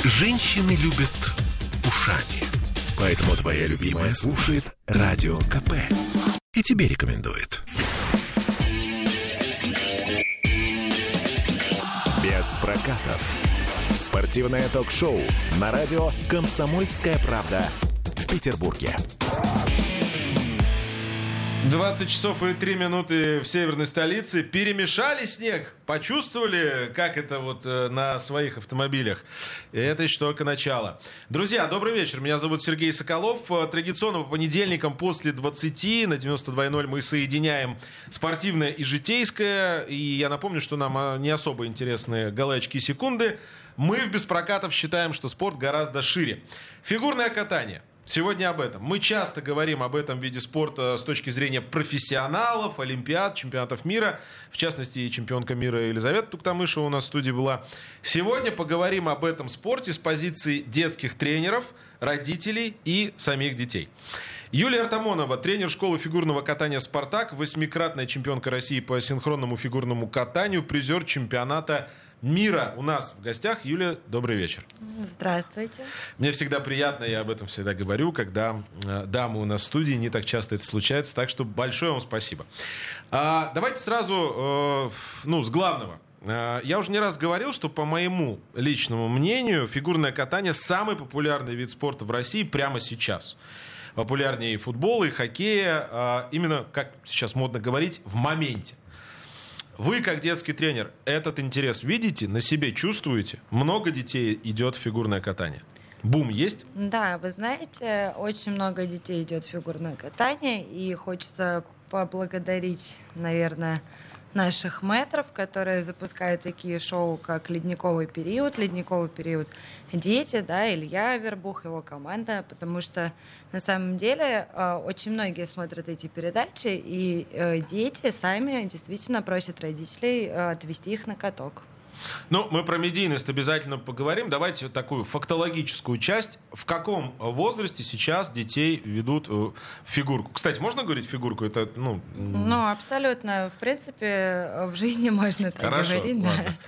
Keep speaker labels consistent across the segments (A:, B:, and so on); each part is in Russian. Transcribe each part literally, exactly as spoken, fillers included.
A: Женщины любят ушами. Поэтому твоя любимая слушает Радио КП. И тебе рекомендует. Без прокатов. Спортивное ток-шоу на радио «Комсомольская правда» в Петербурге.
B: двадцать часов и три минуты в северной столице. Перемешали снег. Почувствовали, как это вот э, на своих автомобилях. И это еще только начало. Друзья, добрый вечер. Меня зовут Сергей Соколов. Традиционно по понедельникам после двадцати на девяносто два ноль мы соединяем спортивное и житейское. И я напомню, что нам не особо интересны галочки и секунды. Мы в Без прокатов считаем, что спорт гораздо шире. Фигурное катание. Сегодня об этом. Мы часто говорим об этом виде спорта с точки зрения профессионалов, олимпиад, чемпионатов мира. В частности, и чемпионка мира Елизавета Туктамышева у нас в студии была. Сегодня поговорим об этом спорте с позиции детских тренеров, родителей и самих детей. Юлия Артамонова, тренер школы фигурного катания «Спартак», восьмикратная чемпионка России по синхронному фигурному катанию, призер чемпионата мира у нас в гостях. Юлия, добрый вечер.
C: Здравствуйте.
B: Мне всегда приятно, я об этом всегда говорю, когда э, дамы у нас в студии, не так часто это случается, так что большое вам спасибо. А, давайте сразу, э, ну, с главного. А, я уже не раз говорил, что, по моему личному мнению, фигурное катание самый популярный вид спорта в России прямо сейчас. Популярнее и футбола, и хоккея, а, именно, как сейчас модно говорить, в моменте. Вы, как детский тренер, этот интерес видите, на себе чувствуете? Много детей идет в фигурное катание? Бум есть?
C: Да, вы знаете, очень много детей идет в фигурное катание, и хочется поблагодарить, наверное, наших мэтров, которые запускают такие шоу, как «Ледниковый период», «Ледниковый период дети», да, Илья Вербух, его команда, потому что на самом деле очень многие смотрят эти передачи, и дети сами действительно просят родителей отвезти их на каток.
B: Ну, мы про медийность обязательно поговорим. Давайте вот такую фактологическую часть. В каком возрасте сейчас детей ведут в фигурку? Кстати, можно говорить фигурку? Это, ну...
C: ну, абсолютно. В принципе, в жизни можно так
B: Хорошо,
C: говорить.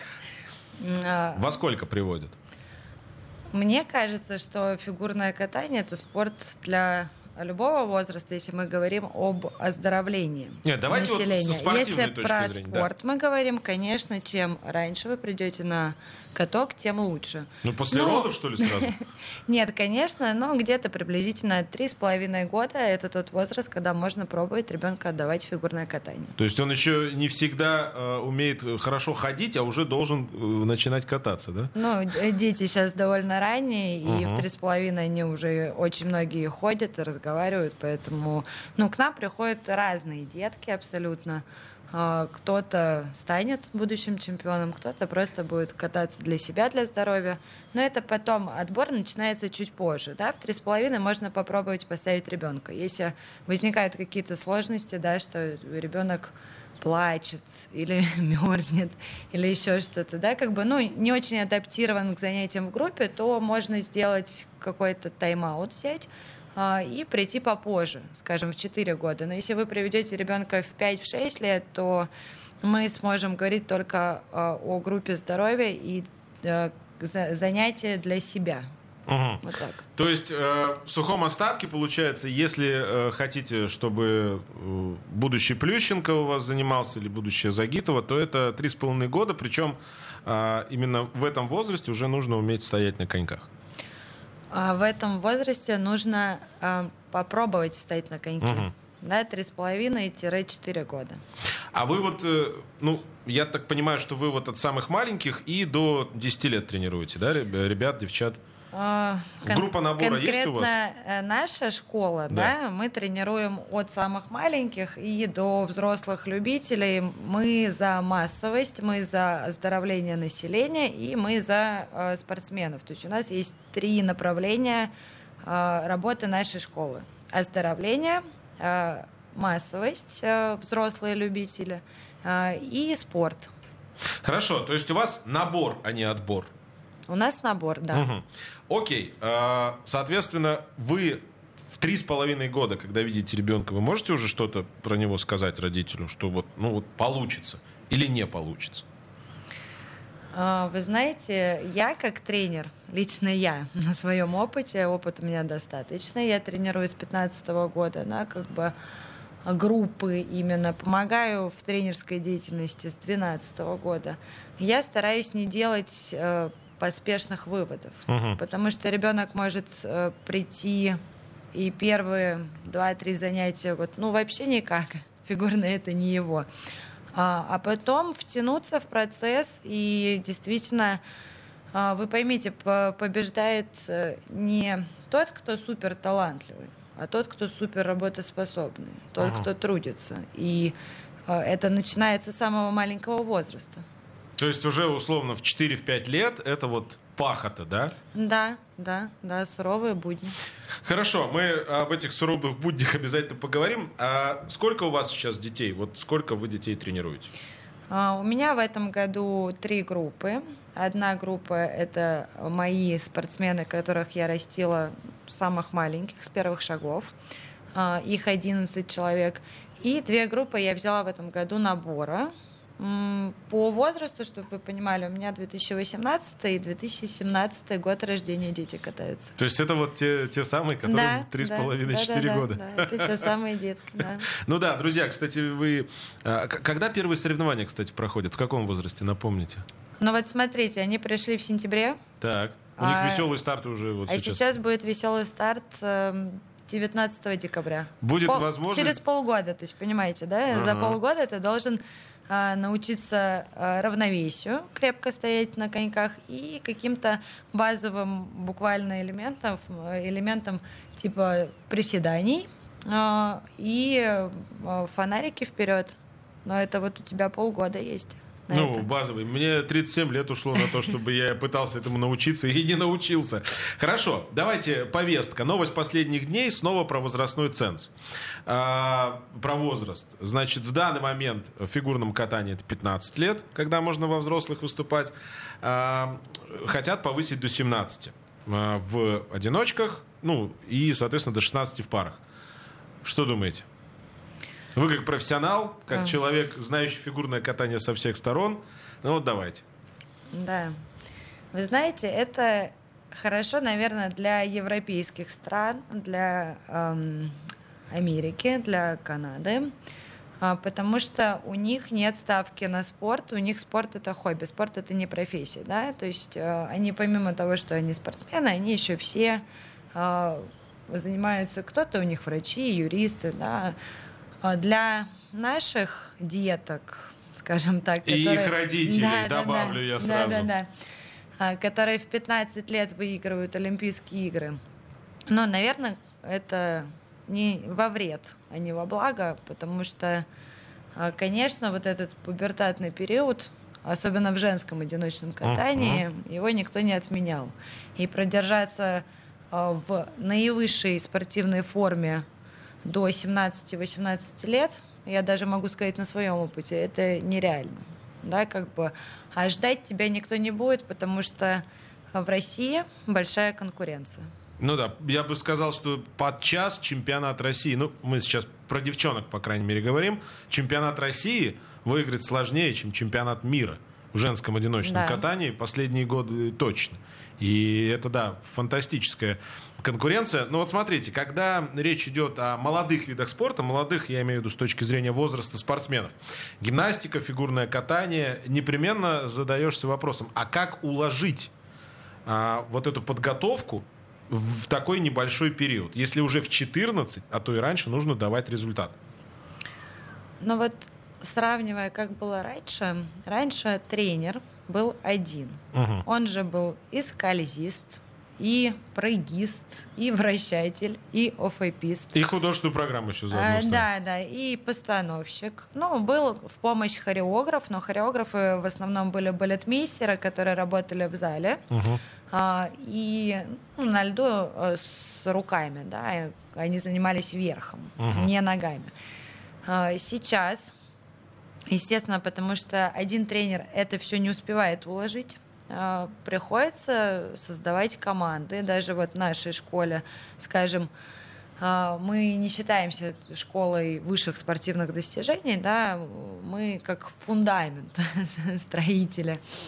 B: Да. Во сколько приводят?
C: Мне кажется, что фигурное катание — это спорт для любого возраста, если мы говорим об оздоровлении.
B: Нет, давайте
C: населения.
B: Вот со спортивной
C: если
B: точки
C: про
B: зрения,
C: спорт
B: да.
C: мы говорим, конечно, чем раньше вы придете на каток, тем лучше.
B: Ну, после
C: ну,
B: родов, что ли, сразу?
C: Нет, конечно, но где-то приблизительно три с половиной года — это тот возраст, когда можно пробовать ребенка отдавать в фигурное катание.
B: То есть он еще не всегда э, умеет хорошо ходить, а уже должен э, начинать кататься, да?
C: Ну, дети сейчас довольно ранние, и
B: угу.
C: в три с половиной они уже очень многие ходят и разговаривают, поэтому, ну, к нам приходят разные детки абсолютно. Кто-то станет будущим чемпионом, кто-то просто будет кататься для себя, для здоровья. Но это потом отбор начинается чуть позже. Да? В три с половиной можно попробовать поставить ребенка. Если возникают какие-то сложности, да, что ребенок плачет или мерзнет, или еще что-то, да, как бы, ну, не очень адаптирован к занятиям в группе, то можно сделать какой-то тайм-аут взять и прийти попозже, скажем, в четыре года. Но если вы приведете ребенка в пять-шесть лет, то мы сможем говорить только о группе здоровья и занятия для себя.
B: Угу.
C: Вот так.
B: То есть э, в сухом остатке получается, если э, хотите, чтобы э, будущий Плющенко у вас занимался или будущая Загитова, то это три с половиной года, причем э, именно в этом возрасте уже нужно уметь стоять на коньках.
C: В этом возрасте нужно э, попробовать встать на коньки. Угу. Да, три с половиной-четыре года. А
B: вы вот, э, ну, я так понимаю, что вы вот от самых маленьких и до десяти лет тренируете, да, ребят, девчат?
C: Кон-
B: Группа набора есть у вас?
C: Конкретно наша школа, да. да, мы тренируем от самых маленьких и до взрослых любителей. Мы за массовость, мы за оздоровление населения и мы за э, спортсменов. То есть у нас есть три направления э, работы нашей школы. Оздоровление, э, массовость, э, взрослые любители э, и спорт.
B: Хорошо, то есть у вас набор, а не отбор?
C: У нас набор, да.
B: Угу. Окей. Соответственно, вы в три с половиной года, когда видите ребенка, вы можете уже что-то про него сказать родителю, что вот, ну, вот получится или не получится?
C: А, Вы знаете, я как тренер, лично я на своем опыте, опыт у меня достаточно, я тренирую с две тысячи пятнадцатого года, да, как бы группы именно, помогаю в тренерской деятельности с две тысячи двенадцатого года. Я стараюсь не делать э, поспешных выводов,
B: Мгм.
C: потому что ребенок может э, прийти и первые два-три занятия вот, ну, вообще никак, фигурно это не его. А, а потом втянуться в процесс и действительно, а, вы поймите, по- побеждает э, не тот, кто супер талантливый, а тот, кто супер работоспособный, тот,
B: Ага.
C: кто трудится. И а, это начинается с самого маленького возраста.
B: То есть уже условно в четыре-пять лет это вот пахота, да?
C: Да, да, да, суровые будни.
B: Хорошо, мы об этих суровых буднях обязательно поговорим. А сколько у вас сейчас детей? Вот сколько вы детей тренируете?
C: А, У меня в этом году три группы. Одна группа — это мои спортсмены, которых я растила с самых маленьких, с первых шагов. А, Их одиннадцать человек. И две группы я взяла в этом году набора. М, По возрасту, чтобы вы понимали, у меня две тысячи восемнадцатый и две тысячи семнадцатый год рождения дети катаются.
B: То есть это вот те, те самые, которым
C: Да,
B: три с
C: да,
B: половиной-четыре
C: да, да,
B: года.
C: да, это те самые детки, да.
B: Ну да, друзья, кстати, вы... а, к- Когда первые соревнования, кстати, проходят? В каком возрасте, напомните?
C: Ну вот смотрите, они пришли в сентябре,
B: Так, у них
C: А-
B: веселые старты уже вот
C: а
B: сейчас.
C: сейчас будет веселый старт эм, девятнадцатого декабря.
B: Будет
C: Пол-
B: возможность-
C: Через полгода, то есть, понимаете, да? За
B: Ага.
C: полгода ты должен а, научиться а, равновесию, крепко стоять на коньках и каким-то базовым буквально элементам, э, элементам типа приседаний а, и а, фонарики вперед. Но это вот у тебя полгода есть. на
B: Ну,
C: это.
B: базовый. Мне тридцать семь лет ушло на то, чтобы я пытался этому научиться и не научился. Хорошо, давайте повестка. Новость последних дней снова про возрастной ценз. А, про возраст. Значит, в данный момент в фигурном катании это пятнадцать лет, когда можно во взрослых выступать. А, хотят повысить до семнадцати а, в одиночках, ну, и, соответственно, до шестнадцати в парах. Что думаете? Вы как профессионал, как
C: А.
B: человек, знающий фигурное катание со всех сторон. Ну вот давайте.
C: Да. Вы знаете, это хорошо, наверное, для европейских стран, для эм, Америки, для Канады, а, потому что у них нет ставки на спорт, у них спорт — это хобби, спорт — это не профессия, да, то есть э, они помимо того, что они спортсмены, они еще все э, занимаются, кто-то у них врачи, юристы, да. А Для наших деток, скажем так,
B: И
C: которые-
B: их родителей,
C: Да, да,
B: добавлю
C: да.
B: я
C: Да,
B: сразу.
C: да, да. А, которые в пятнадцать лет выигрывают Олимпийские игры. Ну, наверное, это не во вред, а не во благо, потому что, а, конечно, вот этот пубертатный период, особенно в женском одиночном катании, его никто не отменял. И продержаться а, в наивысшей спортивной форме до семнадцати-восемнадцати лет, я даже могу сказать на своем опыте, это нереально. Да, как бы. А ждать тебя никто не будет, потому что в России большая конкуренция.
B: Ну да, я бы сказал, что подчас чемпионат России, ну мы сейчас про девчонок, по крайней мере, говорим, чемпионат России выиграть сложнее, чем чемпионат мира в женском одиночном
C: Да.
B: катании последние годы точно. И это, да, фантастическая конкуренция. Но вот смотрите, когда речь идет о молодых видах спорта, молодых, я имею в виду с точки зрения возраста спортсменов, гимнастика, фигурное катание, непременно задаешься вопросом, а как уложить а, вот эту подготовку в такой небольшой период, если уже в четырнадцать, а то и раньше, нужно давать результат?
C: Но вот сравнивая, как было раньше, раньше тренер был один.
B: Мгм.
C: Он же был и скользист, и прыгист, и вращатель, и оффопист.
B: И художественную программу еще заодно
C: А,
B: ставить.
C: да, да, и постановщик. Ну, был в помощь хореограф, но хореографы в основном были балетмейстеры, которые работали в зале.
B: Мгм.
C: А, и ну, на льду э, с руками, да, и они занимались верхом,
B: Мгм.
C: не ногами. А, сейчас, естественно, потому что один тренер это все не успевает уложить, а, приходится создавать команды. Даже вот в нашей школе, скажем, а, мы не считаемся школой высших спортивных достижений, да, мы как фундамент строителя.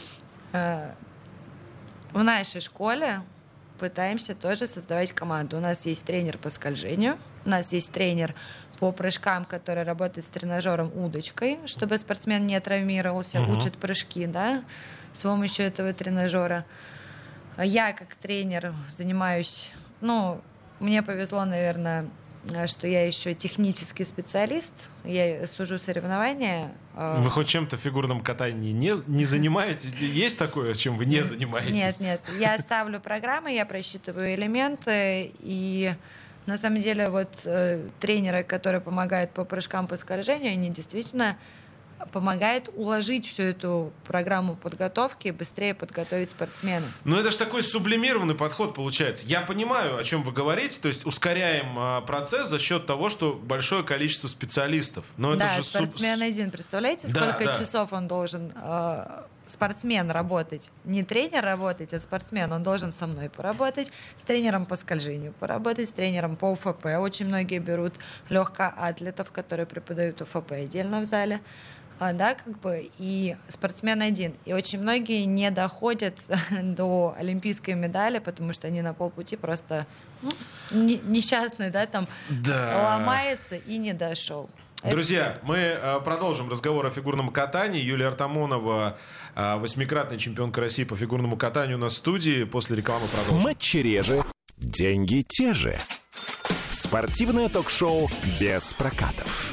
C: В нашей школе пытаемся тоже создавать команду. У нас есть тренер по скольжению, у нас есть тренер по прыжкам, который работает с тренажером удочкой, чтобы спортсмен не травмировался, uh-huh. учит прыжки, да, с помощью этого тренажера. Я как тренер занимаюсь, ну, мне повезло, наверное, что я еще технический специалист, я сужу соревнования.
B: Вы хоть чем-то в фигурном катании не, не занимаетесь? Есть такое, чем вы не занимаетесь?
C: Нет, нет. Я ставлю программы, я просчитываю элементы, и на самом деле вот э, тренеры, которые помогают по прыжкам, по скольжению, они действительно помогает уложить всю эту программу подготовки и быстрее подготовить спортсмена.
B: Ну, это же такой сублимированный подход получается. Я понимаю, о чем вы говорите, то есть ускоряем а, процесс за счет того, что большое количество специалистов. Но это
C: да,
B: же
C: спортсмен
B: суб...
C: один, представляете,
B: да,
C: сколько
B: да.
C: часов он должен... Э, спортсмен работать, не тренер работать, а спортсмен, он должен со мной поработать, с тренером по скольжению поработать, с тренером по УФП. Очень многие берут легкоатлетов, которые преподают УФП отдельно в зале. А, да, как бы, и спортсмен один. И очень многие не доходят до олимпийской медали, потому что они на полпути просто ну, не, несчастный, да, там
B: да.
C: ломается и не дошел.
B: Друзья, мы э, продолжим разговор о фигурном катании. Юлия Артамонова, э, восьмикратная чемпионка России по фигурному катанию, на студии. После рекламы продолжим.
A: Матчи реже, деньги те же. Спортивное ток-шоу без прокатов.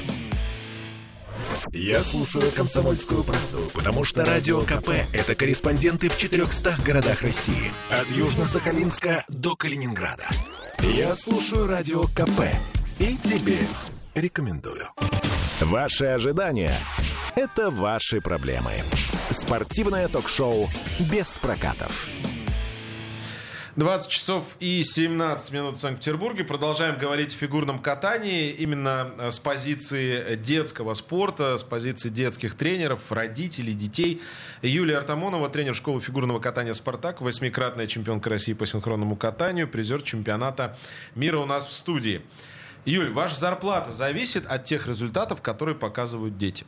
A: Я слушаю «Комсомольскую правду», потому что Радио КП – это корреспонденты в четырехстах городах России. От Южно-Сахалинска до Калининграда. Я слушаю Радио КП и тебе рекомендую. Ваши ожидания – это ваши проблемы. Спортивное ток-шоу без прокатов.
B: двадцать часов и семнадцать минут в Санкт-Петербурге. Продолжаем говорить о фигурном катании именно с позиции детского спорта, с позиции детских тренеров, родителей, детей. Юлия Артамонова, тренер школы фигурного катания «Спартак», восьмикратная чемпионка России по синхронному катанию, призер чемпионата мира у нас в студии. Юль, ваша зарплата зависит от тех результатов, которые показывают дети?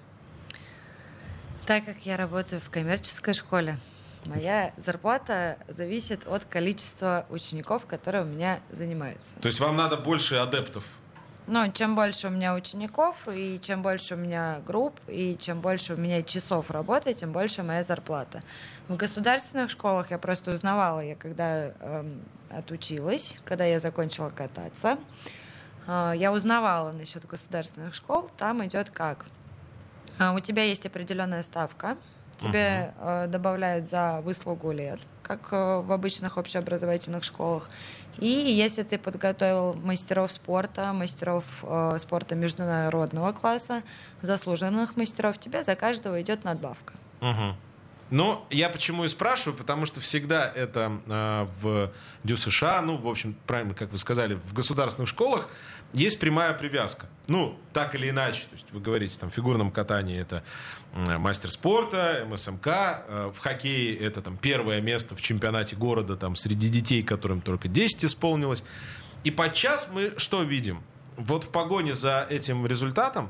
C: Так как я работаю в коммерческой школе, моя зарплата зависит от количества учеников, которые у меня занимаются.
B: То есть вам надо больше адептов?
C: Ну, чем больше у меня учеников, и чем больше у меня групп, и чем больше у меня часов работы, тем больше моя зарплата. В государственных школах я просто узнавала, я когда эм, отучилась, когда я закончила кататься, э, я узнавала насчет государственных школ, там идет как? Э, у тебя есть определенная ставка, тебе э, добавляют за выслугу лет, как э, в обычных общеобразовательных школах. И если ты подготовил мастеров спорта, мастеров э, спорта международного класса, заслуженных мастеров, тебе за каждого идет надбавка.
B: Угу. Ну, я почему и спрашиваю, потому что всегда это э, в ДЮСШ, ну, в общем, правильно, как вы сказали, в государственных школах есть прямая привязка. Ну, так или иначе. То есть вы говорите, там, в фигурном катании это э, мастер спорта, эм эс эм ка, э, в хоккее это там первое место в чемпионате города там, среди детей, которым только десять исполнилось. И подчас мы что видим? Вот в погоне за этим результатом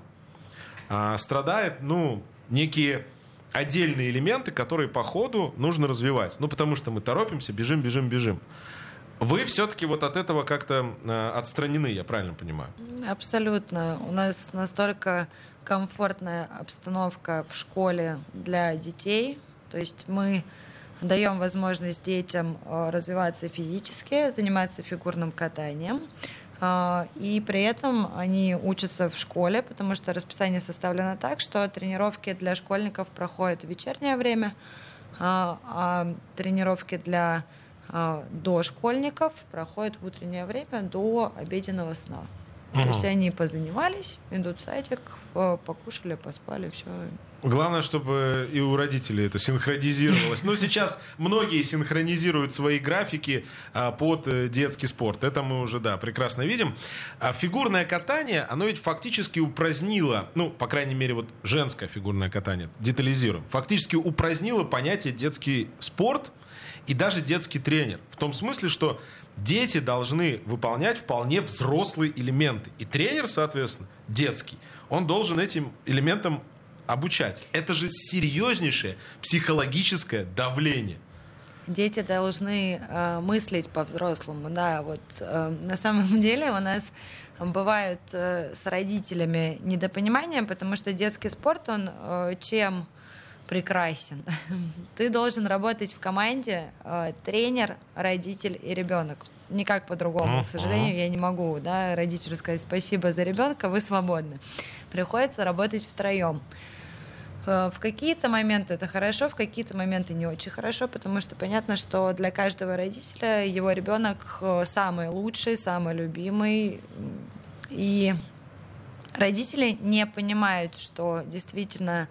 B: э, страдает, ну, некие отдельные элементы, которые по ходу нужно развивать. Ну, потому что мы торопимся, бежим, бежим, бежим. Вы все-таки вот от этого как-то э, отстранены, я правильно понимаю?
C: Абсолютно. У нас настолько комфортная обстановка в школе для детей. То есть мы даем возможность детям э, развиваться физически, заниматься фигурным катанием. Uh, и при этом они учатся в школе, потому что расписание составлено так, что тренировки для школьников проходят в вечернее время, uh, а тренировки для uh, дошкольников проходят в утреннее время до обеденного сна. Uh-huh. То есть они позанимались, идут в садик, покушали, поспали, все.
B: Главное, чтобы и у родителей это синхронизировалось. Но сейчас многие синхронизируют свои графики а, под детский спорт. Это мы уже, да, прекрасно видим. А фигурное катание, оно ведь фактически упразднило, ну, по крайней мере, вот женское фигурное катание, детализируем, фактически упразднило понятие детский спорт и даже детский тренер. В том смысле, что дети должны выполнять вполне взрослые элементы. И тренер, соответственно, детский, он должен этим элементам обучать. Это же серьезнейшее психологическое давление.
C: Дети должны э, мыслить по-взрослому, да, вот э, на самом деле у нас бывают э, с родителями недопонимания, потому что детский спорт, он э, чем прекрасен? Ты должен работать в команде э, тренер, родитель и ребенок. Никак по-другому, к сожалению, я не могу, да, родителю сказать спасибо за ребенка, вы свободны. Приходится работать втроем. В какие-то моменты это хорошо, в какие-то моменты не очень хорошо, потому что понятно, что для каждого родителя его ребенок самый лучший, самый любимый. И родители не понимают, что действительно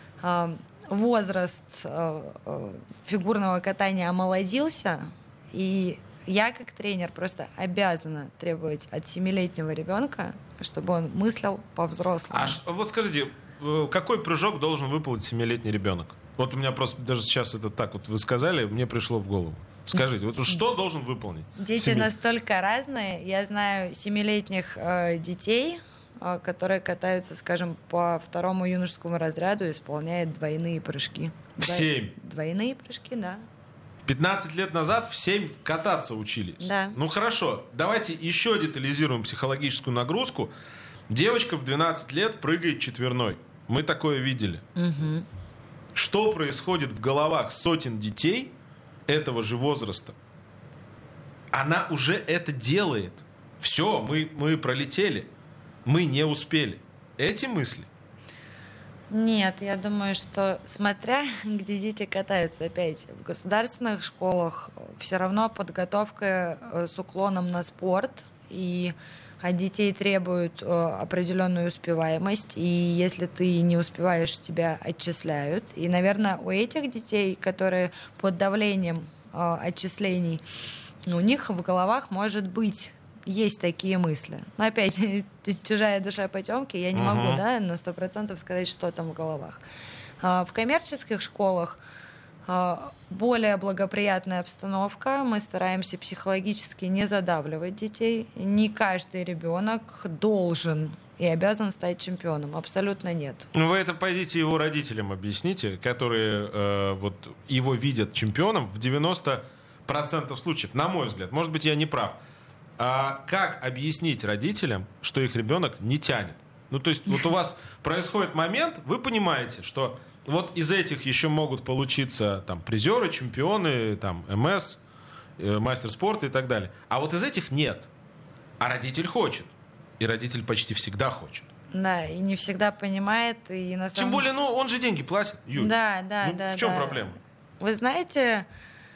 C: возраст фигурного катания омолодился, и я как тренер просто обязана требовать от семилетнего ребенка, чтобы он мыслил по-взрослому.
B: А вот скажите, какой прыжок должен выполнить семилетний ребенок? Вот у меня просто даже сейчас это так вот вы сказали, мне пришло в голову. Скажите, вот что должен выполнить?
C: Дети
B: Семи...
C: настолько разные. Я знаю семилетних э, детей, э, которые катаются, скажем, по второму юношескому разряду, исполняют двойные прыжки.
B: В семь?
C: Двойные прыжки, да.
B: пятнадцать лет назад в семь кататься учились.
C: Да.
B: Ну хорошо, давайте еще детализируем психологическую нагрузку. Девочка в двенадцать лет прыгает четверной. Мы такое видели.
C: Угу.
B: Что происходит в головах сотен детей этого же возраста? Она уже это делает. Все, мы, мы пролетели. Мы не успели. Эти мысли?
C: Нет, я думаю, что смотря где дети катаются, опять в государственных школах все равно подготовка с уклоном на спорт, и от детей требуют э, определенную успеваемость, и если ты не успеваешь, тебя отчисляют. И, наверное, у этих детей, которые под давлением э, отчислений, у них в головах, может быть, есть такие мысли. Но опять, чужая душа потемки, я не
B: uh-huh.
C: могу, да, на сто процентов сказать, что там в головах. А в коммерческих школах более благоприятная обстановка. Мы стараемся психологически не задавливать детей. Не каждый ребенок должен и обязан стать чемпионом. Абсолютно нет.
B: Ну, вы это пойдите его родителям объясните, которые э, вот его видят чемпионом в девяносто процентов случаев, на мой взгляд. Может быть, я не прав. А как объяснить родителям, что их ребенок не тянет? Ну, то есть вот у вас происходит момент, вы понимаете, что вот из этих еще могут получиться там призеры, чемпионы, там МС, э, мастер спорта и так далее. А вот из этих нет. А родитель хочет. И родитель почти всегда хочет.
C: Да, и не всегда понимает. И на самом...
B: Тем более, ну, он же деньги платит, Юль.
C: Да, да,
B: ну,
C: да.
B: В чем
C: да.
B: проблема?
C: Вы знаете,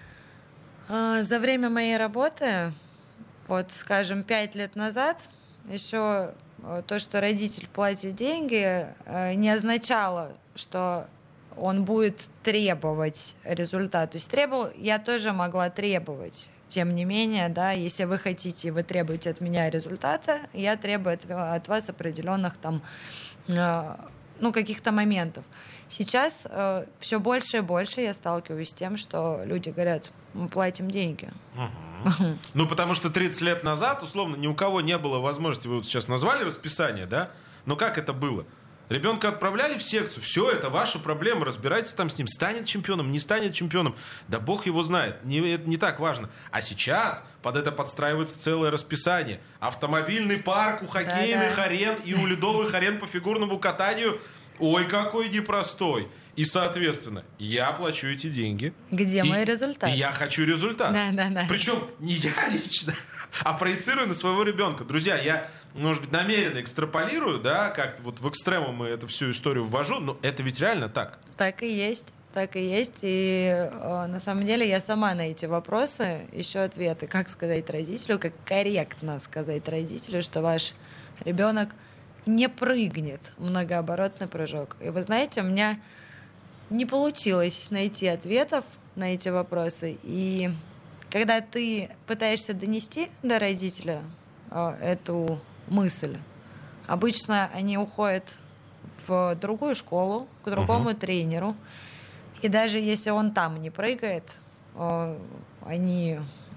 C: э, за время моей работы, вот, скажем, пять лет назад, еще э, то, что родитель платит деньги, э, не означало, что он будет требовать результат. То есть требовал, я тоже могла требовать. Тем не менее, да, если вы хотите, вы требуете от меня результата, я требую от, от вас определенных там, э, ну, каких-то моментов. Сейчас э, все больше и больше я сталкиваюсь с тем, что люди говорят, мы платим деньги.
B: Угу. Ну, потому что тридцать лет назад, условно, ни у кого не было возможности, вы вот сейчас назвали расписание, да? Но как это было? Ребенка отправляли в секцию, все, это ваша проблема, разбирайтесь там с ним, станет чемпионом, не станет чемпионом, да бог его знает, не, это не так важно. А сейчас под это подстраивается целое расписание. Автомобильный парк у хоккейных
C: Да-да.
B: арен и у ледовых арен по фигурному катанию, ой, какой непростой. И, соответственно, я плачу эти деньги.
C: Где
B: и,
C: мой результат?
B: И я хочу результат.
C: Да, да, да.
B: Причем не я лично, а проецирую на своего ребенка. Друзья, я, может быть, намеренно экстраполирую, да, как-то вот в экстремум эту всю историю ввожу, но это ведь реально так.
C: Так и есть. Так и есть. И э, на самом деле я сама на эти вопросы ищу ответы. Как сказать родителю, как корректно сказать родителю, что ваш ребенок не прыгнет в многооборотный прыжок. И вы знаете, у меня не получилось найти ответов на эти вопросы. И когда ты пытаешься донести до родителя э, эту мысль, обычно они уходят в другую школу, к другому uh-huh. тренеру. И даже если он там не прыгает, э, они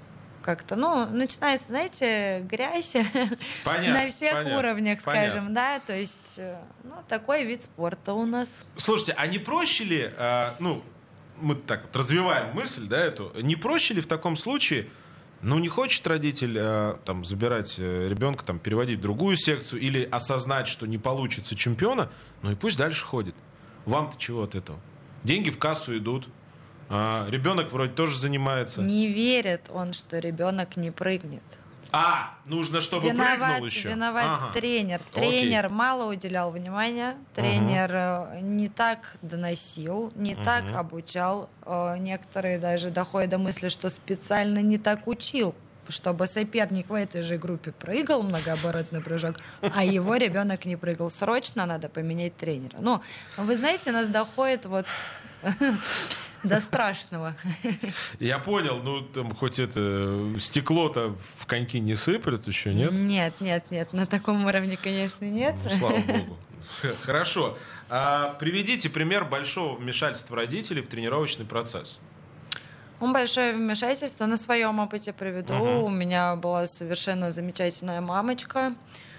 C: как-то, ну, начинается, знаете, грязь
B: Понятно,
C: на всех
B: понятно,
C: уровнях, скажем,
B: понятно.
C: да, то есть, ну, такой вид спорта у нас.
B: Слушайте, а не проще ли, а, ну, мы так вот развиваем мысль, да, эту, не проще ли в таком случае, ну, не хочет родитель а, там забирать ребенка, там, переводить в другую секцию или осознать, что не получится чемпиона, ну и пусть дальше ходит. Вам-то чего от этого? Деньги в кассу идут. А, ребенок вроде тоже занимается.
C: Не верит он, что ребенок не прыгнет.
B: А, нужно, чтобы
C: Виноват,
B: прыгнул еще.
C: виноват
B: Ага.
C: тренер. Тренер Окей. мало уделял внимания, тренер угу. не так доносил, не угу. так обучал. Некоторые даже доходят до мысли, что специально не так учил, чтобы соперник в этой же группе прыгал многооборотный прыжок, а его ребенок не прыгал. Срочно надо поменять тренера. Ну, вы знаете, у нас доходит вот до страшного.
B: Я понял, ну там хоть это стекло-то в коньки не сыплют еще, нет?
C: Нет, нет, нет, на таком уровне, конечно, нет.
B: Ну, слава богу. Хорошо. А приведите пример большого вмешательства родителей в тренировочный процесс.
C: Большое вмешательство на своем опыте приведу. Uh-huh. У меня была совершенно замечательная мамочка.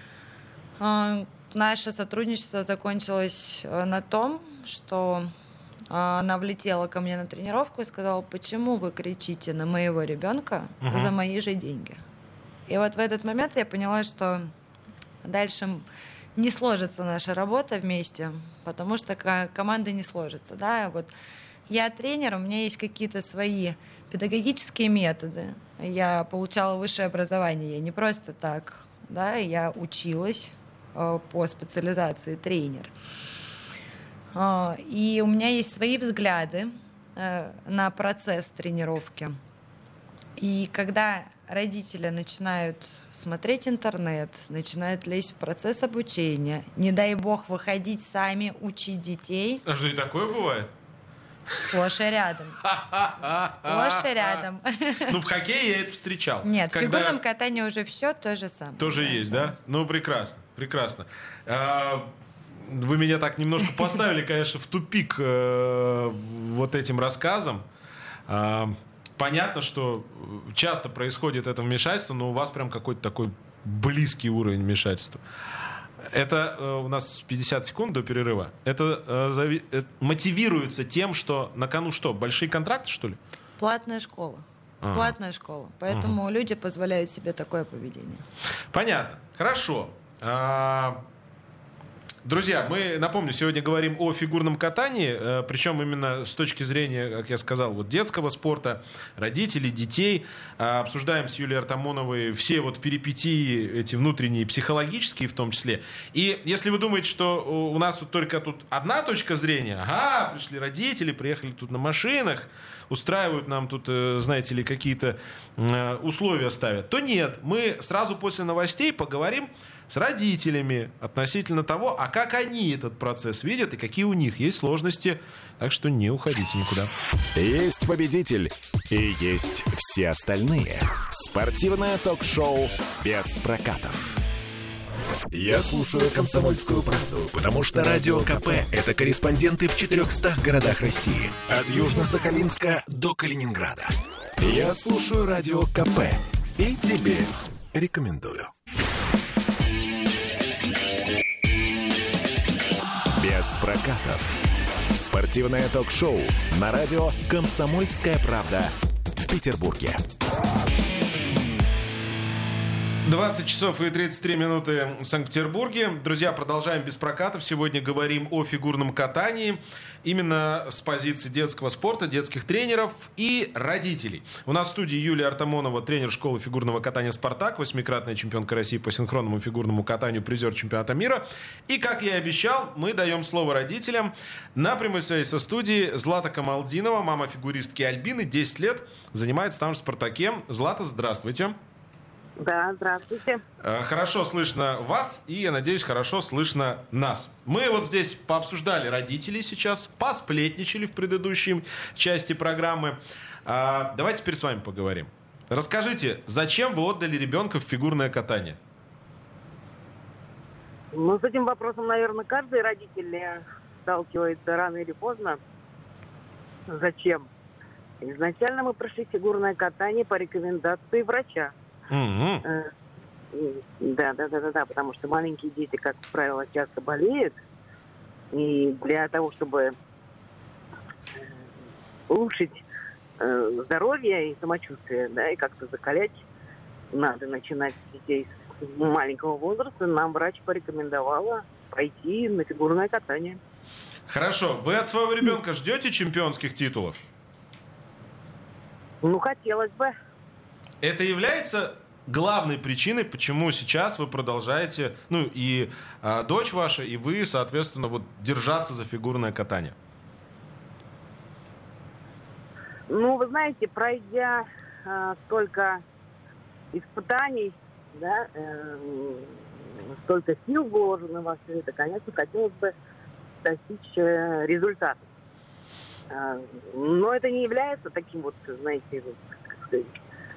C: Наше сотрудничество закончилось на том, что она влетела ко мне на тренировку и сказала: почему вы кричите на моего ребенка uh-huh. за мои же деньги? И вот в этот момент я поняла, что дальше не сложится наша работа вместе, потому что команда не сложится. Да? Вот я тренер, у меня есть какие-то свои педагогические методы. Я получала высшее образование, я не просто так. Да? Я училась э, по специализации тренер. И у меня есть свои взгляды на процесс тренировки. И когда родители начинают смотреть интернет, начинают лезть в процесс обучения, не дай бог выходить сами учить детей.
B: А что, и такое бывает?
C: Сплошь и рядом. Сплошь и рядом.
B: Ну, в хоккее я это встречал.
C: Нет, в фигурном катании уже все то же самое.
B: Тоже есть, да? Ну, прекрасно, прекрасно. Вы меня так немножко поставили, конечно, в тупик э, вот этим рассказом. Э, понятно, что часто происходит это вмешательство, но у вас прям какой-то такой близкий уровень вмешательства. Это э, у нас пятьдесят секунд до перерыва. Это э, зави- э, мотивируется тем, что на кону что, большие контракты, что ли?
C: Платная школа. Ага. Платная школа. Поэтому ага. люди позволяют себе такое поведение.
B: Понятно. Хорошо. А- Друзья, мы, напомню, сегодня говорим о фигурном катании, причем именно с точки зрения, как я сказал, вот детского спорта, родителей, детей. Обсуждаем с Юлией Артамоновой все вот перипетии, эти внутренние, психологические в том числе. И если вы думаете, что у нас вот только тут одна точка зрения, ага, пришли родители, приехали тут на машинах, устраивают нам тут, знаете ли, какие-то условия ставят, то нет, мы сразу после новостей поговорим с родителями относительно того, а как они этот процесс видят и какие у них есть сложности. Так что не уходите никуда.
A: Есть победитель и есть все остальные. Спортивное ток-шоу без прокатов. Я слушаю «Комсомольскую правду», потому что Радио КП – это корреспонденты в четырехстах городах России. От Южно-Сахалинска до Калининграда. Я слушаю Радио КП и тебе рекомендую. Без прокатов. Спортивное ток-шоу на радио «Комсомольская правда» в Петербурге.
B: двадцать часов и тридцать три минуты в Санкт-Петербурге. Друзья, продолжаем без прокатов. Сегодня говорим о фигурном катании. Именно с позиции детского спорта, детских тренеров и родителей. У нас в студии Юлия Артамонова, тренер школы фигурного катания «Спартак», восьмикратная чемпионка России по синхронному фигурному катанию, призер чемпионата мира. И, как я и обещал, мы даем слово родителям. На прямой связи со студией Злата Камалдинова, мама фигуристки Альбины, десять лет, занимается там же в «Спартаке». Злата, здравствуйте.
D: Да, здравствуйте.
B: Хорошо слышно вас и, я надеюсь, хорошо слышно нас. Мы вот здесь пообсуждали родителей сейчас, посплетничали в предыдущей части программы. Давайте теперь с вами поговорим. Расскажите, зачем вы отдали ребенка в фигурное катание?
D: Ну, с этим вопросом, наверное, каждый родитель сталкивается рано или поздно. Зачем? Изначально мы прошли фигурное катание по рекомендации врача.
B: Мгм.
D: Э, м, Да, да, да, да, да, потому что маленькие дети, как правило, часто болеют. И для того, чтобы э, улучшить э, здоровье и самочувствие, да, и как-то закалять, надо начинать с детей с маленького возраста. Нам врач порекомендовала пойти на фигурное катание.
B: Хорошо. Вы от своего ребенка ждете чемпионских титулов?
D: Ну, хотелось бы.
B: Это является главной причиной, почему сейчас вы продолжаете, ну и а, дочь ваша, и вы, соответственно, вот держаться за фигурное катание?
D: Ну, вы знаете, пройдя э, столько испытаний, да, э, столько сил вложено во все это, конечно, хотелось бы достичь э, результата. Э, но это не является таким вот, знаете, вот, как сказать,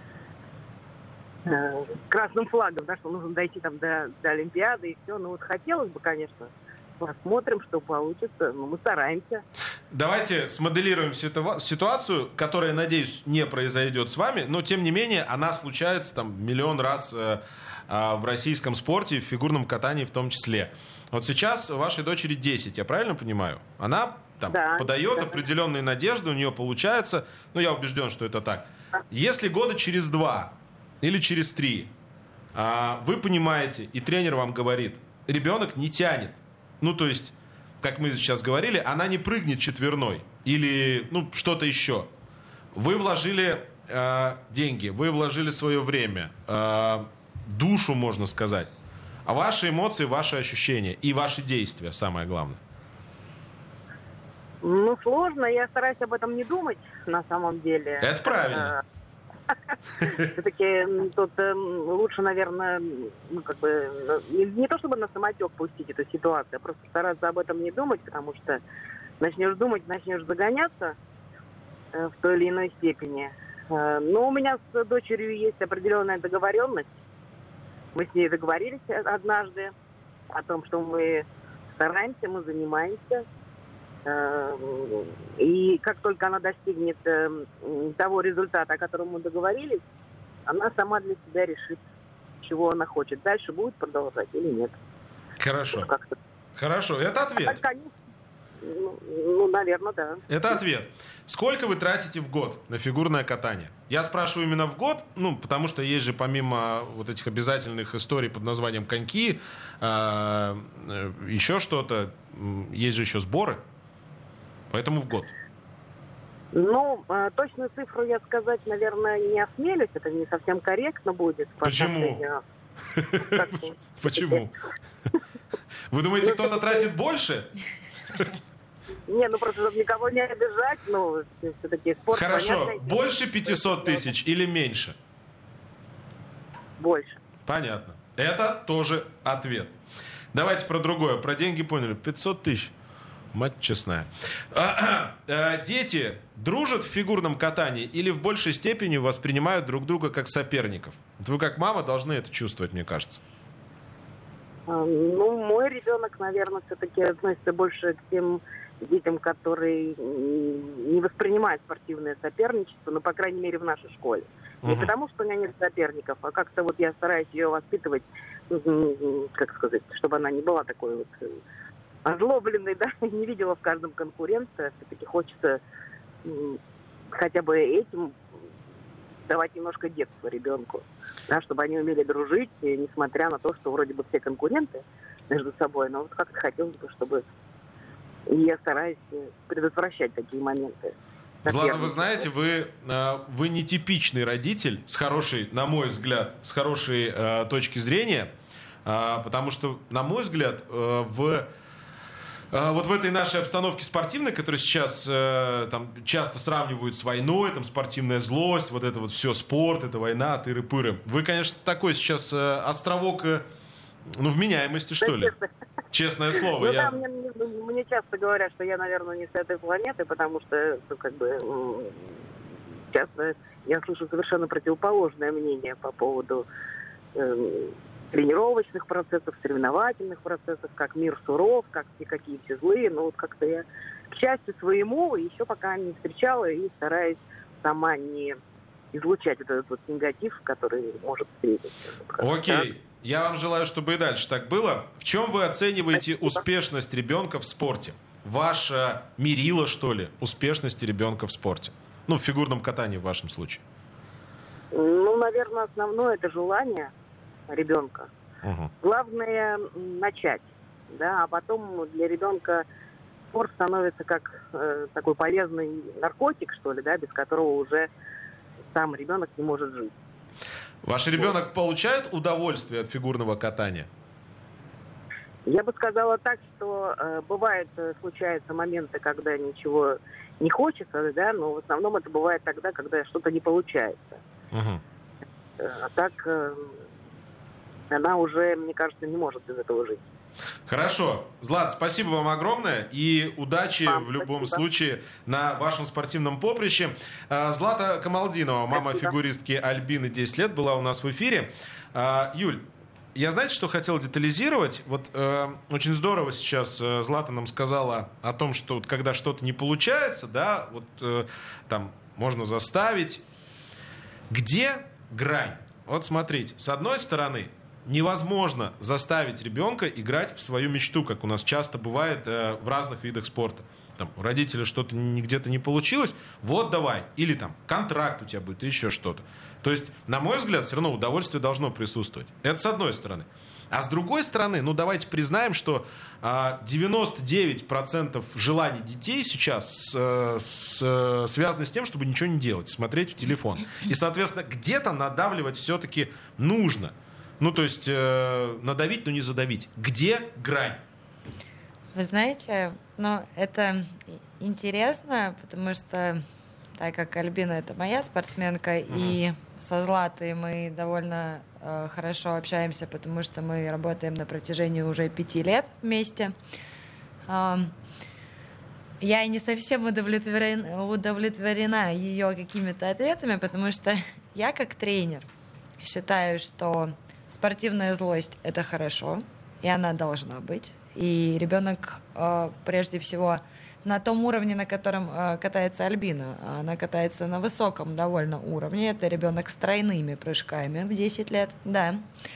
D: э, красным флагом, да, что нужно дойти там до, до Олимпиады и все. Ну вот хотелось бы, конечно, посмотрим, что получится. Ну, мы стараемся.
B: Давайте смоделируем ситу- ситуацию, которая, надеюсь, не произойдет с вами, но, тем не менее, она случается там миллион раз э, э, в российском спорте, в фигурном катании в том числе. Вот сейчас вашей дочери десять, я правильно понимаю? Она там
D: Да,
B: подает
D: да.
B: определенные надежды, у нее получается, ну, я убежден, что это так. Если года через два или через три а, вы понимаете, и тренер вам говорит, ребенок не тянет, ну, то есть, как мы сейчас говорили, она не прыгнет четверной или, ну, что-то еще. Вы вложили э, деньги, вы вложили свое время, э, душу, можно сказать. А ваши эмоции, ваши ощущения и ваши действия, самое главное.
D: Ну, сложно. Я стараюсь об этом не думать, на самом деле.
B: Это правильно.
D: Все-таки тут э, лучше, наверное, ну, как бы, не, не то чтобы на самотек пустить эту ситуацию, а просто стараться об этом не думать, потому что начнешь думать, начнешь загоняться э, в той или иной степени. Э, но у меня с дочерью есть определенная договоренность. Мы с ней договорились однажды о том, что мы стараемся, мы занимаемся. И как только она достигнет того результата, о котором мы договорились, она сама для себя решит, чего она хочет. Дальше будет продолжать или нет.
B: Хорошо.
D: Как-то.
B: Хорошо, это ответ.
D: Конечно. Ну, ну, наверное, да.
B: Это ответ. Сколько вы тратите в год на фигурное катание? Я спрашиваю именно в год, ну, потому что есть же помимо вот этих обязательных историй под названием коньки, э, э, еще что-то, есть же еще сборы, поэтому в год.
D: Ну, э, точную цифру я сказать, наверное, не осмелюсь, это не совсем корректно будет.
B: Почему? Почему? Вы думаете, кто-то тратит больше?
D: Не, ну просто чтобы никого не обижать, ну, все-таки спорт...
B: Хорошо, больше пятисот тысяч или меньше?
D: Больше.
B: Понятно. Это тоже ответ. Давайте про другое. Про деньги поняли. пятьсот тысяч. Мать честная. Дети дружат в фигурном катании или в большей степени воспринимают друг друга как соперников? Вы как мама должны это чувствовать, мне кажется.
D: Ну, мой ребенок, наверное, все-таки относится больше к тем детям, которые не воспринимают спортивное соперничество, ну, по крайней мере, в нашей школе. Не
B: Угу.
D: потому, что у меня нет соперников, а как-то вот я стараюсь ее воспитывать, как сказать, чтобы она не была такой вот озлобленной, да, не видела в каждом конкурента. Все-таки хочется хотя бы этим давать немножко детства ребенку, да, чтобы они умели дружить, несмотря на то, что вроде бы все конкуренты между собой, но вот как-то хотелось бы, чтобы... И я стараюсь предотвращать такие моменты.
B: Злата, вы знаете, вы, вы нетипичный родитель с хорошей, на мой взгляд, с хорошей э, точки зрения, э, потому что, на мой взгляд, э, в э, вот в этой нашей обстановке спортивной, которая сейчас э, там часто сравнивают с войной, там спортивная злость, вот это вот все спорт, это война, тыры-пыры. Вы, конечно, такой сейчас э, островок, э, ну, вменяемости, что ли? Честное слово.
D: Ну
B: я...
D: да, мне, мне, мне часто говорят, что я, наверное, не с этой планеты, потому что, ну, как бы, часто я слышу совершенно противоположное мнение по поводу э, тренировочных процессов, соревновательных процессов, как мир суров, как все какие все злые. Но вот как-то я, к счастью своему, еще пока не встречала и стараюсь сама не излучать вот этот вот негатив, который может встретиться.
B: Окей. Так. Я вам желаю, чтобы и дальше так было. В чем вы оцениваете
D: Спасибо.
B: успешность ребенка в спорте? Ваше мерило, что ли, успешности ребенка в спорте? Ну, в фигурном катании в вашем случае.
D: Ну, наверное, основное это желание ребенка.
B: Угу.
D: Главное начать, да, а потом для ребенка спорт становится как э, такой полезный наркотик, что ли, да, без которого уже сам ребенок не может жить.
B: Ваш ребенок получает удовольствие от фигурного катания?
D: Я бы сказала так, что э, бывают, э, случаются моменты, когда ничего не хочется, да, но в основном это бывает тогда, когда что-то не получается.
B: Угу.
D: А так э, она уже, мне кажется, не может без этого жить.
B: Хорошо. Злат, спасибо вам огромное и удачи
D: Вам
B: в любом
D: спасибо.
B: случае на вашем спортивном поприще. Злата Камалдинова, мама
D: Спасибо.
B: фигуристки Альбины, десять лет, была у нас в эфире. Юль, я, знаете, что хотел детализировать? Вот э, очень здорово сейчас э, Злата нам сказала о том, что вот, когда что-то не получается, да, вот э, там можно заставить. Где грань? Вот смотрите, с одной стороны, невозможно заставить ребенка играть в свою мечту, как у нас часто бывает э, в разных видах спорта. Там, у родителя что-то не, где-то не получилось, вот давай. Или там контракт у тебя будет, и еще что-то. То есть, на мой взгляд, все равно удовольствие должно присутствовать. Это с одной стороны. А с другой стороны, ну давайте признаем, что э, девяносто девять процентов желаний детей сейчас э, с, связаны с тем, чтобы ничего не делать, смотреть в телефон. И, соответственно, где-то надавливать все-таки нужно. Ну, то есть э, надавить, но не задавить. Где грань?
C: Вы знаете, ну, это интересно, потому что, так как Альбина — это моя спортсменка, uh-huh. и со Златой мы довольно э, хорошо общаемся, потому что мы работаем на протяжении уже пяти лет вместе. Э, я не совсем удовлетворена, удовлетворена ее какими-то ответами, потому что я как тренер считаю, что спортивная злость — это хорошо, и она должна быть. И ребенок, э, прежде всего, на том уровне, на котором э, катается Альбина, она катается на высоком довольно уровне. Это ребенок с тройными прыжками в десять лет, да.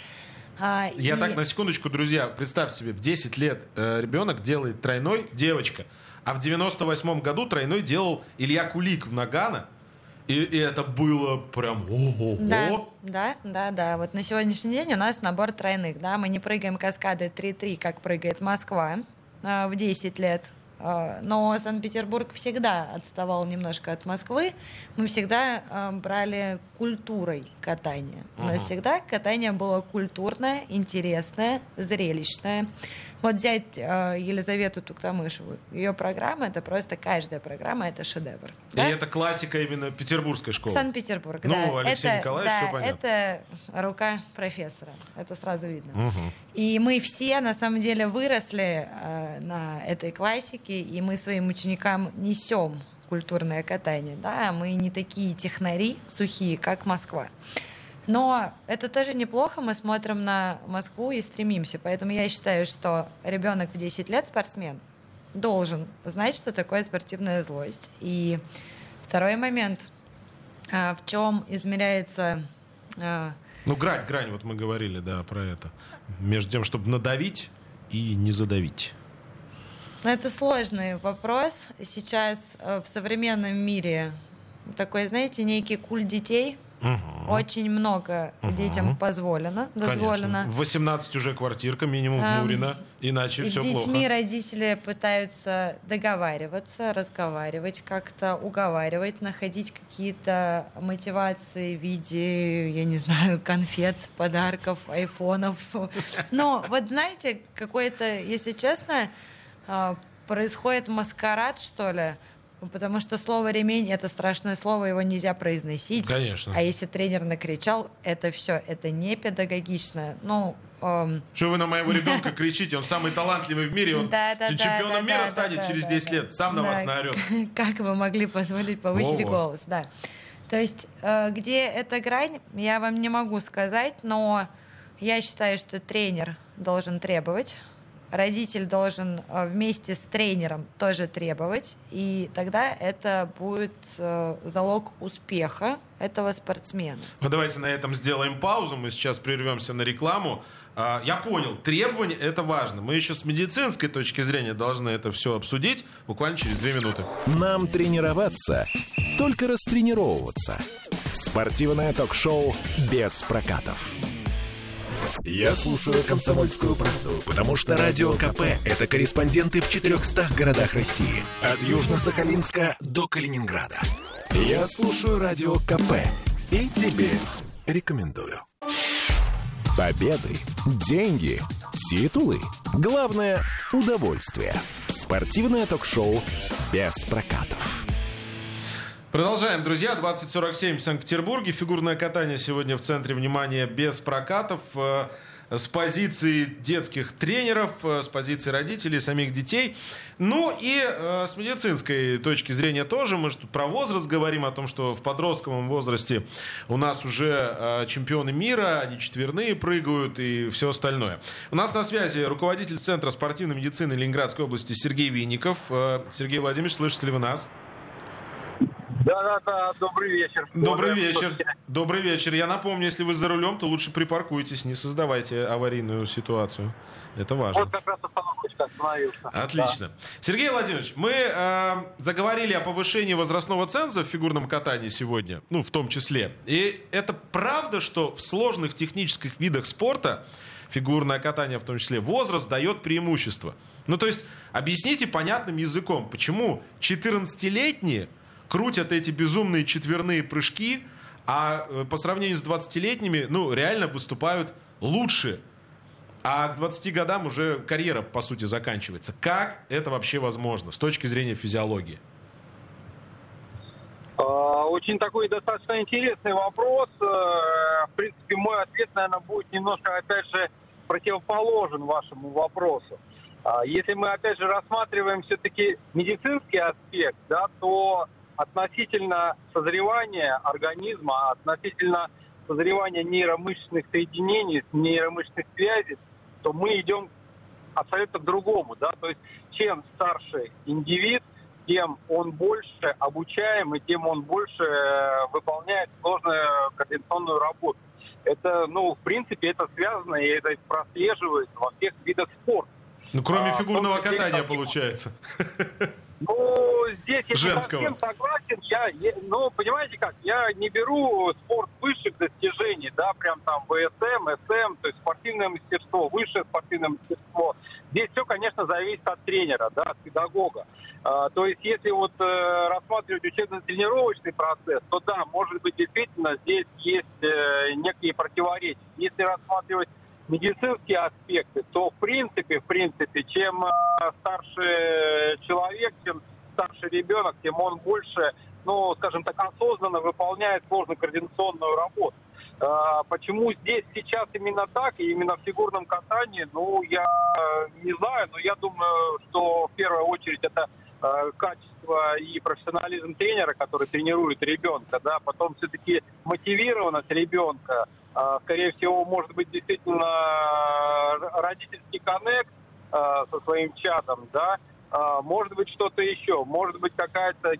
C: А,
B: Я
C: и...
B: так, на секундочку, друзья, представьте себе, в десять лет э, ребенок делает тройной, девочка, а в девяносто восьмом году тройной делал Илья Кулик в Нагано. И, и это было прям ого-го.
C: Да, да, да, да. Вот на сегодняшний день у нас набор тройных. Да? Мы не прыгаем каскады три-три, как прыгает Москва э, в десять лет. Э, но Санкт-Петербург всегда отставал немножко от Москвы. Мы всегда э, брали культурой катания. У нас всегда катание было культурное, интересное, зрелищное. Вот взять э, Елизавету Туктамышеву. Ее программа — это просто каждая программа — это шедевр.
B: И
C: Да?
B: это классика именно петербургской школы.
C: Санкт-Петербург,
B: ну,
C: да.
B: Алексей
C: это,
B: Николаевич,
C: да,
B: все понятно.
C: это рука профессора. Это сразу видно.
B: Угу.
C: И мы все, на самом деле, выросли э, на этой классике, и мы своим ученикам несем культурное катание. Да? Мы не такие технари сухие, как Москва. Но это тоже неплохо, мы смотрим на Москву и стремимся. Поэтому я считаю, что ребенок в десять лет, спортсмен, должен знать, что такое спортивная злость. И второй момент, в чем измеряется...
B: Ну, грань, грань, вот мы говорили, да, про это. Между тем, чтобы надавить и не задавить.
C: Это сложный вопрос. Сейчас в современном мире такой, знаете, некий культ детей. Угу. Очень много угу. детям позволено, дозволено.
B: Конечно. В восемнадцать уже квартирка минимум в Мурино, иначе все плохо.
C: С детьми родители пытаются договариваться, разговаривать как-то, уговаривать, находить какие-то мотивации в виде, я не знаю, конфет, подарков, айфонов. Но вот знаете, какой-то, если честно, происходит маскарад, что ли. Потому что слово «ремень» — это страшное слово, его нельзя произносить.
B: Конечно.
C: А если тренер накричал, это все, это не педагогично. Ну, эм...
B: что вы на моего ребенка кричите? Он самый талантливый в мире, он
C: да, да,
B: чемпионом
C: да,
B: мира
C: да,
B: станет
C: да,
B: через
C: да,
B: десять
C: да.
B: лет. Сам на
C: да.
B: вас наорет.
C: Как вы могли позволить повысить
B: Во-во.
C: голос? Да. То есть, э, где эта грань, я вам не могу сказать, но я считаю, что тренер должен требовать родитель должен вместе с тренером тоже требовать, и тогда это будет залог успеха этого спортсмена.
B: Ну, давайте на этом сделаем паузу, мы сейчас прервемся на рекламу. Я понял, требования — это важно. Мы еще с медицинской точки зрения должны это все обсудить буквально через две минуты.
A: Нам тренироваться, только растренировываться. Спортивное ток-шоу без прокатов. Я слушаю «Комсомольскую правду», потому что Радио КП – это корреспонденты в четырехстах городах России. От Южно-Сахалинска до Калининграда. Я слушаю Радио КП и тебе рекомендую. Победы, деньги, титулы. Главное – удовольствие. Спортивное ток-шоу без прокатов.
B: Продолжаем, друзья. двадцать сорок семь в Санкт-Петербурге. Фигурное катание сегодня в центре внимания без прокатов. С позиции детских тренеров, с позиции родителей, самих детей. Ну и э, с медицинской точки зрения тоже. Мы же тут про возраст говорим, о том, что в подростковом возрасте у нас уже э, чемпионы мира, они четверные прыгают и все остальное. У нас на связи руководитель Центра спортивной медицины Ленинградской области Сергей Винников. Э, Сергей Владимирович, слышите ли вы нас?
E: Да-да-да, добрый вечер.
B: Добрый вечер. Добрый вечер. Я напомню, если вы за рулем, то лучше припаркуйтесь, не создавайте аварийную ситуацию. Это важно.
E: Вот как раз остановился.
B: Отлично. Да. Сергей Владимирович, мы э, заговорили о повышении возрастного ценза в фигурном катании сегодня, ну, в том числе. И это правда, что в сложных технических видах спорта, фигурное катание в том числе, возраст дает преимущество? Ну, то есть, объясните понятным языком, почему четырнадцатилетние крутят эти безумные четверные прыжки, а по сравнению с двадцатилетними, ну, реально выступают лучше. А к двадцати годам уже карьера, по сути, заканчивается. Как это вообще возможно с точки зрения физиологии?
E: Очень такой достаточно интересный вопрос. В принципе, мой ответ, наверное, будет немножко, опять же, противоположен вашему вопросу. Если мы, опять же, рассматриваем все-таки медицинский аспект, да, то относительно созревания организма, относительно созревания нейромышечных соединений, нейромышечных связей, то мы идем абсолютно к другому. Да? То есть чем старше индивид, тем он больше обучаем, и тем он больше выполняет сложную координационную работу. Это, ну, в принципе, это связано, и это прослеживается во всех видах спорта.
B: Ну, кроме а, фигурного
E: том,
B: катания,
E: как...
B: получается.
E: Ну, здесь я
B: Женского.
E: не совсем согласен. Я, я, ну, понимаете как, я не беру спорт высших достижений, да, прям там вэ эс эм, эс эм, то есть спортивное мастерство, высшее спортивное мастерство. Здесь все, конечно, зависит от тренера, да, от педагога. А, то есть, если вот э, рассматривать учебно-тренировочный процесс, то да, может быть, действительно здесь есть э, некие противоречия. Если рассматривать медицинские аспекты, то в принципе, в принципе, чем старше человек, чем старше ребенок, тем он больше, ну, скажем так, осознанно выполняет сложную координационную работу. Почему здесь сейчас именно так, и именно в фигурном катании, ну, я не знаю, но я думаю, что в первую очередь это качество и профессионализм тренера, который тренирует ребенка, да, потом все-таки мотивированность ребенка, скорее всего, может быть, действительно родительский коннект со своим чадом, да, может быть, что-то еще, может быть, какая-то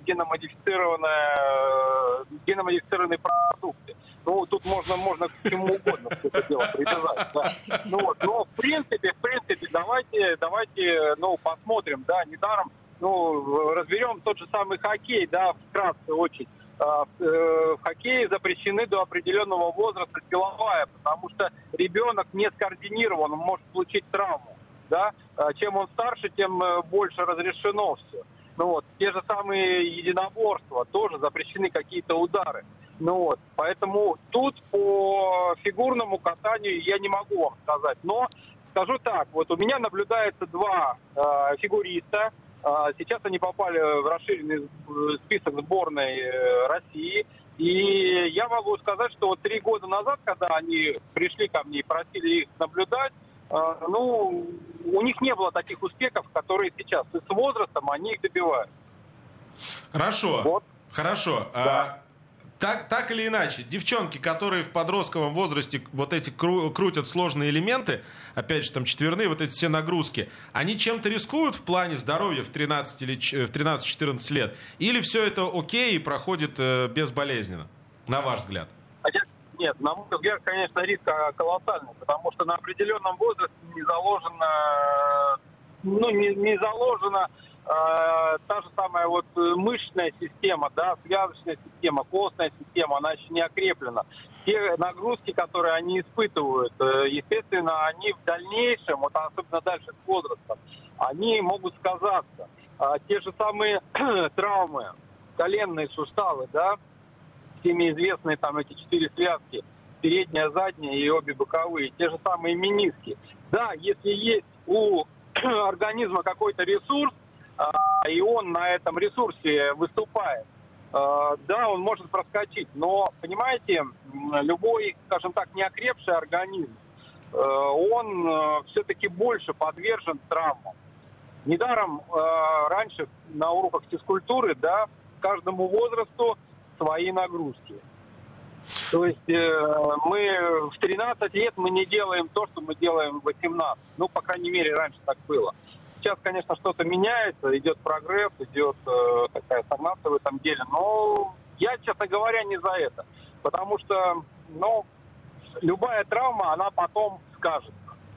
E: геномодифицированная, геномодифицированные продукты. Ну, тут можно, можно к чему угодно все это дело привязать, да. Ну, вот, но в принципе, в принципе, давайте, давайте, ну, посмотрим, да, недаром, ну, разберем тот же самый хоккей, да, вкратце очень. В хоккее запрещены до определенного возраста силовая, потому что ребенок не скоординирован, он может получить травму. Да? Чем он старше, тем больше разрешено все. Ну, вот. Те же самые единоборства, тоже запрещены какие-то удары. Ну, вот. Поэтому тут по фигурному катанию я не могу вам сказать. Но скажу так, вот у меня наблюдается два э, фигуриста. Сейчас они попали в расширенный список сборной России. И я могу сказать, что вот три года назад, когда они пришли ко мне и просили их наблюдать, ну, у них не было таких успехов, которые сейчас. И с возрастом они их добивают.
B: Хорошо. Вот. Хорошо.
E: Да.
B: А, Так, так или иначе, девчонки, которые в подростковом возрасте вот эти кру- крутят сложные элементы, опять же, там четверные, вот эти все нагрузки, они чем-то рискуют в плане здоровья в тринадцать или в тринадцать-четырнадцать лет? Или все это окей и проходит э, безболезненно, на ваш взгляд?
E: Нет, на мой взгляд, конечно, риск колоссальный, потому что на определенном возрасте не заложено, ну, не, не заложена э, та же самая вот мышечная система, да, связочная система, костная система, она еще не окреплена. Те нагрузки, которые они испытывают, э, естественно, они в дальнейшем, вот особенно дальше с возрастом, они могут сказаться. А те же самые травмы, коленные суставы, да, всеми известные там эти четыре связки, передняя, задняя и обе боковые, те же самые мениски. Да, если есть у организма какой-то ресурс, и он на этом ресурсе выступает, да, он может проскочить. Но, понимаете, любой, скажем так, неокрепший организм, он все-таки больше подвержен травмам. Недаром раньше на уроках физкультуры, да, каждому возрасту свои нагрузки. То есть э, мы в тринадцать лет мы не делаем то, что мы делаем в восемнадцать. Ну, по крайней мере, раньше так было. Сейчас, конечно, что-то меняется, идет прогресс, идет э, такая стагнация в этом деле. Но я, честно говоря, не за это. Потому что, ну, любая травма, она потом скажется.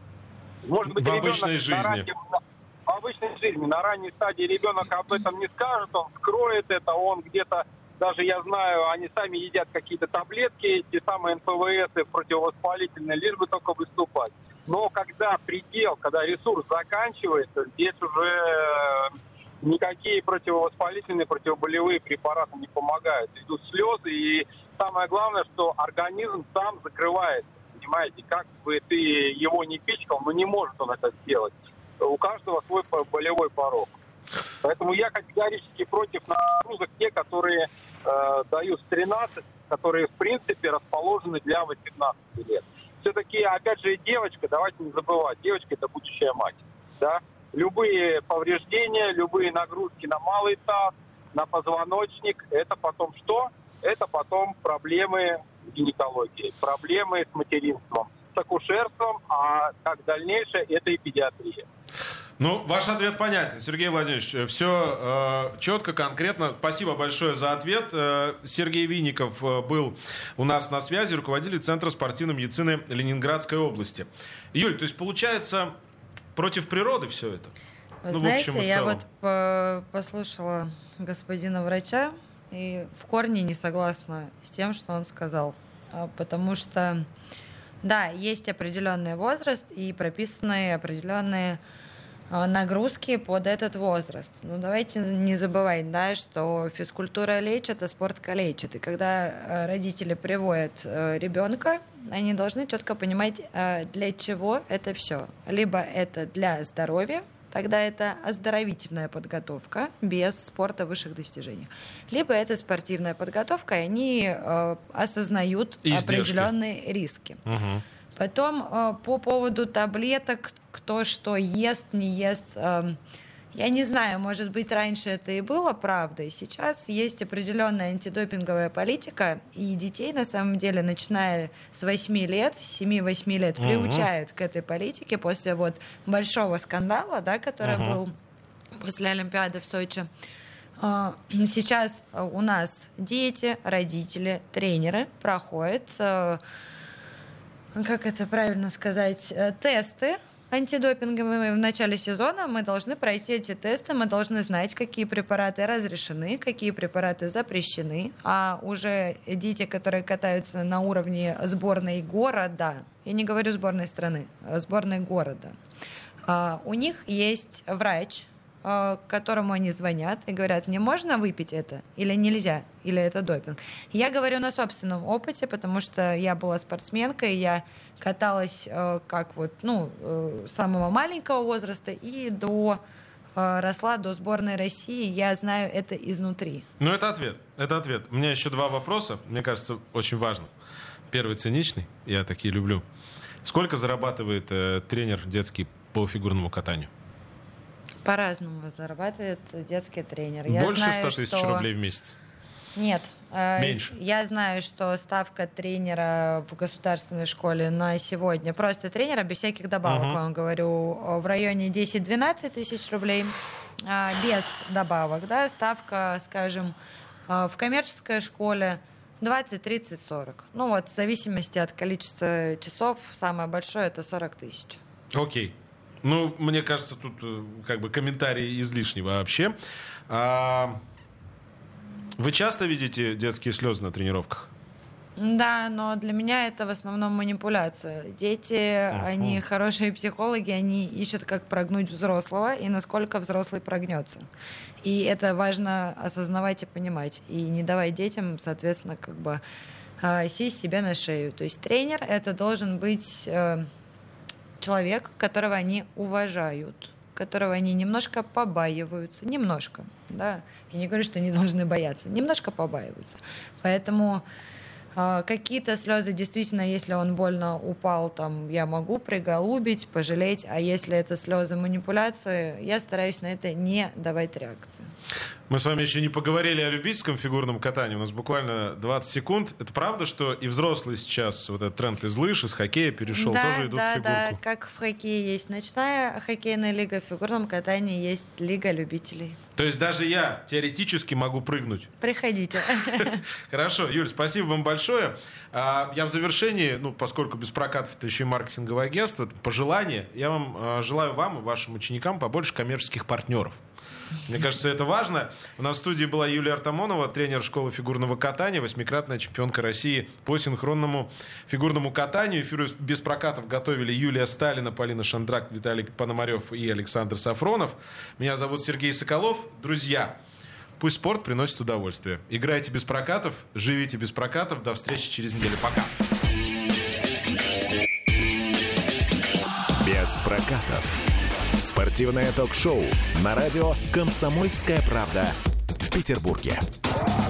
E: Может быть,
B: в обычной жизни.
E: Раннем, в обычной жизни. На ранней стадии ребенок об этом не скажет, он скроет это, он где-то, даже я знаю, они сами едят какие-то таблетки, те самые эн пэ вэ эсы противовоспалительные, лишь бы только выступать. Но когда предел, когда ресурс заканчивается, здесь уже никакие противовоспалительные, противоболевые препараты не помогают. Идут слезы, и самое главное, что организм сам закрывается. Понимаете, как бы ты его не пичкал, но не может он это сделать. У каждого свой болевой порог. Поэтому я категорически против нагрузок, те, которые э, дают в тринадцать, которые, в принципе, расположены для восемнадцати лет. Все-таки, опять же, девочка, давайте не забывать, девочка – это будущая мать. Да? Любые повреждения, любые нагрузки на малый таз, на позвоночник – это потом что? Это потом проблемы гинекологии, проблемы с материнством, с акушерством, а как дальнейшее – это и педиатрия.
B: Ну, ваш ответ понятен, Сергей Владимирович. Все э, четко, конкретно. Спасибо большое за ответ. Э, Сергей Винников э, был у нас на связи, руководитель Центра спортивной медицины Ленинградской области. Юль, то есть получается против природы все это?
C: Вы
B: ну,
C: знаете,
B: в общем и
C: я
B: целом.
C: вот по- послушала господина врача и в корне не согласна с тем, что он сказал. А, потому что, да, есть определенный возраст и прописанные определенные нагрузки под этот возраст. Ну, давайте не забывать, да, что физкультура лечит, а спорт калечит. И когда родители приводят ребенка, они должны четко понимать, для чего это все. Либо это для здоровья, тогда это оздоровительная подготовка без спорта высших достижений. Либо это спортивная подготовка, и они э, осознают
B: Издержки.
C: Определенные риски.
B: Угу.
C: Потом э, по поводу таблеток, кто что ест, не ест, э, я не знаю, может быть, раньше это и было правдой. Сейчас есть определенная антидопинговая политика, и детей, на самом деле, начиная с восьми лет, с семи-восьми лет,
B: Угу.
C: приучают к этой политике после вот большого скандала, да, который
B: Угу.
C: был после Олимпиады в Сочи. Э, Сейчас у нас дети, родители, тренеры проходят... э, как это правильно сказать, тесты антидопинговые в начале сезона. Мы должны пройти эти тесты, мы должны знать, какие препараты разрешены, какие препараты запрещены. А уже дети, которые катаются на уровне сборной города, я не говорю сборной страны, а сборной города, у них есть врач, к которому они звонят и говорят, мне можно выпить это или нельзя, или это допинг. Я говорю на собственном опыте, потому что я была спортсменкой, я каталась э, как вот, ну, э, с самого маленького возраста и до, э, росла до сборной России, я знаю это изнутри.
B: Ну, это ответ, это ответ. У меня еще два вопроса, мне кажется, очень важно. Первый циничный, я такие люблю. Сколько зарабатывает э, тренер детский по фигурному катанию?
C: По-разному зарабатывает детский тренер. Я
B: Больше
C: знаю,
B: ста тысяч
C: что...
B: рублей в месяц?
C: Нет.
B: Меньше.
C: Я знаю, что ставка тренера в государственной школе на сегодня, просто тренера, без всяких добавок, uh-huh. вам говорю, в районе десять-двенадцать тысяч рублей, без добавок, да, ставка, скажем, в коммерческой школе двадцать, тридцать, сорок. Ну вот, в зависимости от количества часов, самое большое это сорок тысяч.
B: Окей. Ну, мне кажется, тут как бы комментарий излишний вообще. А... Вы часто видите детские слезы на тренировках?
C: Да, но для меня это в основном манипуляция. Дети, uh-huh. они хорошие психологи, они ищут, как прогнуть взрослого и насколько взрослый прогнется. И это важно осознавать и понимать. И не давать детям, соответственно, как бы сесть себе на шею. То есть тренер — это должен быть человек, которого они уважают, которого они немножко побаиваются. Немножко, да. Я не говорю, что они должны бояться. Немножко побаиваются. Поэтому э, какие-то слезы действительно, если он больно упал, там, я могу приголубить, пожалеть. А если это слезы манипуляции, я стараюсь на это не давать реакции.
B: Мы с вами еще не поговорили о любительском фигурном катании. У нас буквально двадцать секунд. Это правда, что и взрослые сейчас, вот этот тренд из лыж, из хоккея перешел,
C: да,
B: тоже идут
C: да,
B: в фигурку?
C: Да, да, как в хоккее есть ночная хоккейная лига, в фигурном катании есть лига любителей.
B: То есть даже я теоретически могу прыгнуть?
C: Приходите.
B: Хорошо, Юль, спасибо вам большое. Я в завершении, ну, поскольку без прокатов это еще и маркетинговое агентство, пожелание. Я вам желаю вам и вашим ученикам побольше коммерческих партнеров. Мне кажется, это важно. У нас в студии была Юлия Артамонова, тренер школы фигурного катания, восьмикратная чемпионка России по синхронному фигурному катанию. Эфир без прокатов готовили Юлия Сталина, Полина Шандрак, Виталий Пономарев и Александр Сафронов. Меня зовут Сергей Соколов. Друзья, пусть спорт приносит удовольствие. Играйте без прокатов, живите без прокатов. До встречи через неделю. Пока.
A: Без прокатов. Спортивное ток-шоу на радио «Комсомольская правда» в Петербурге.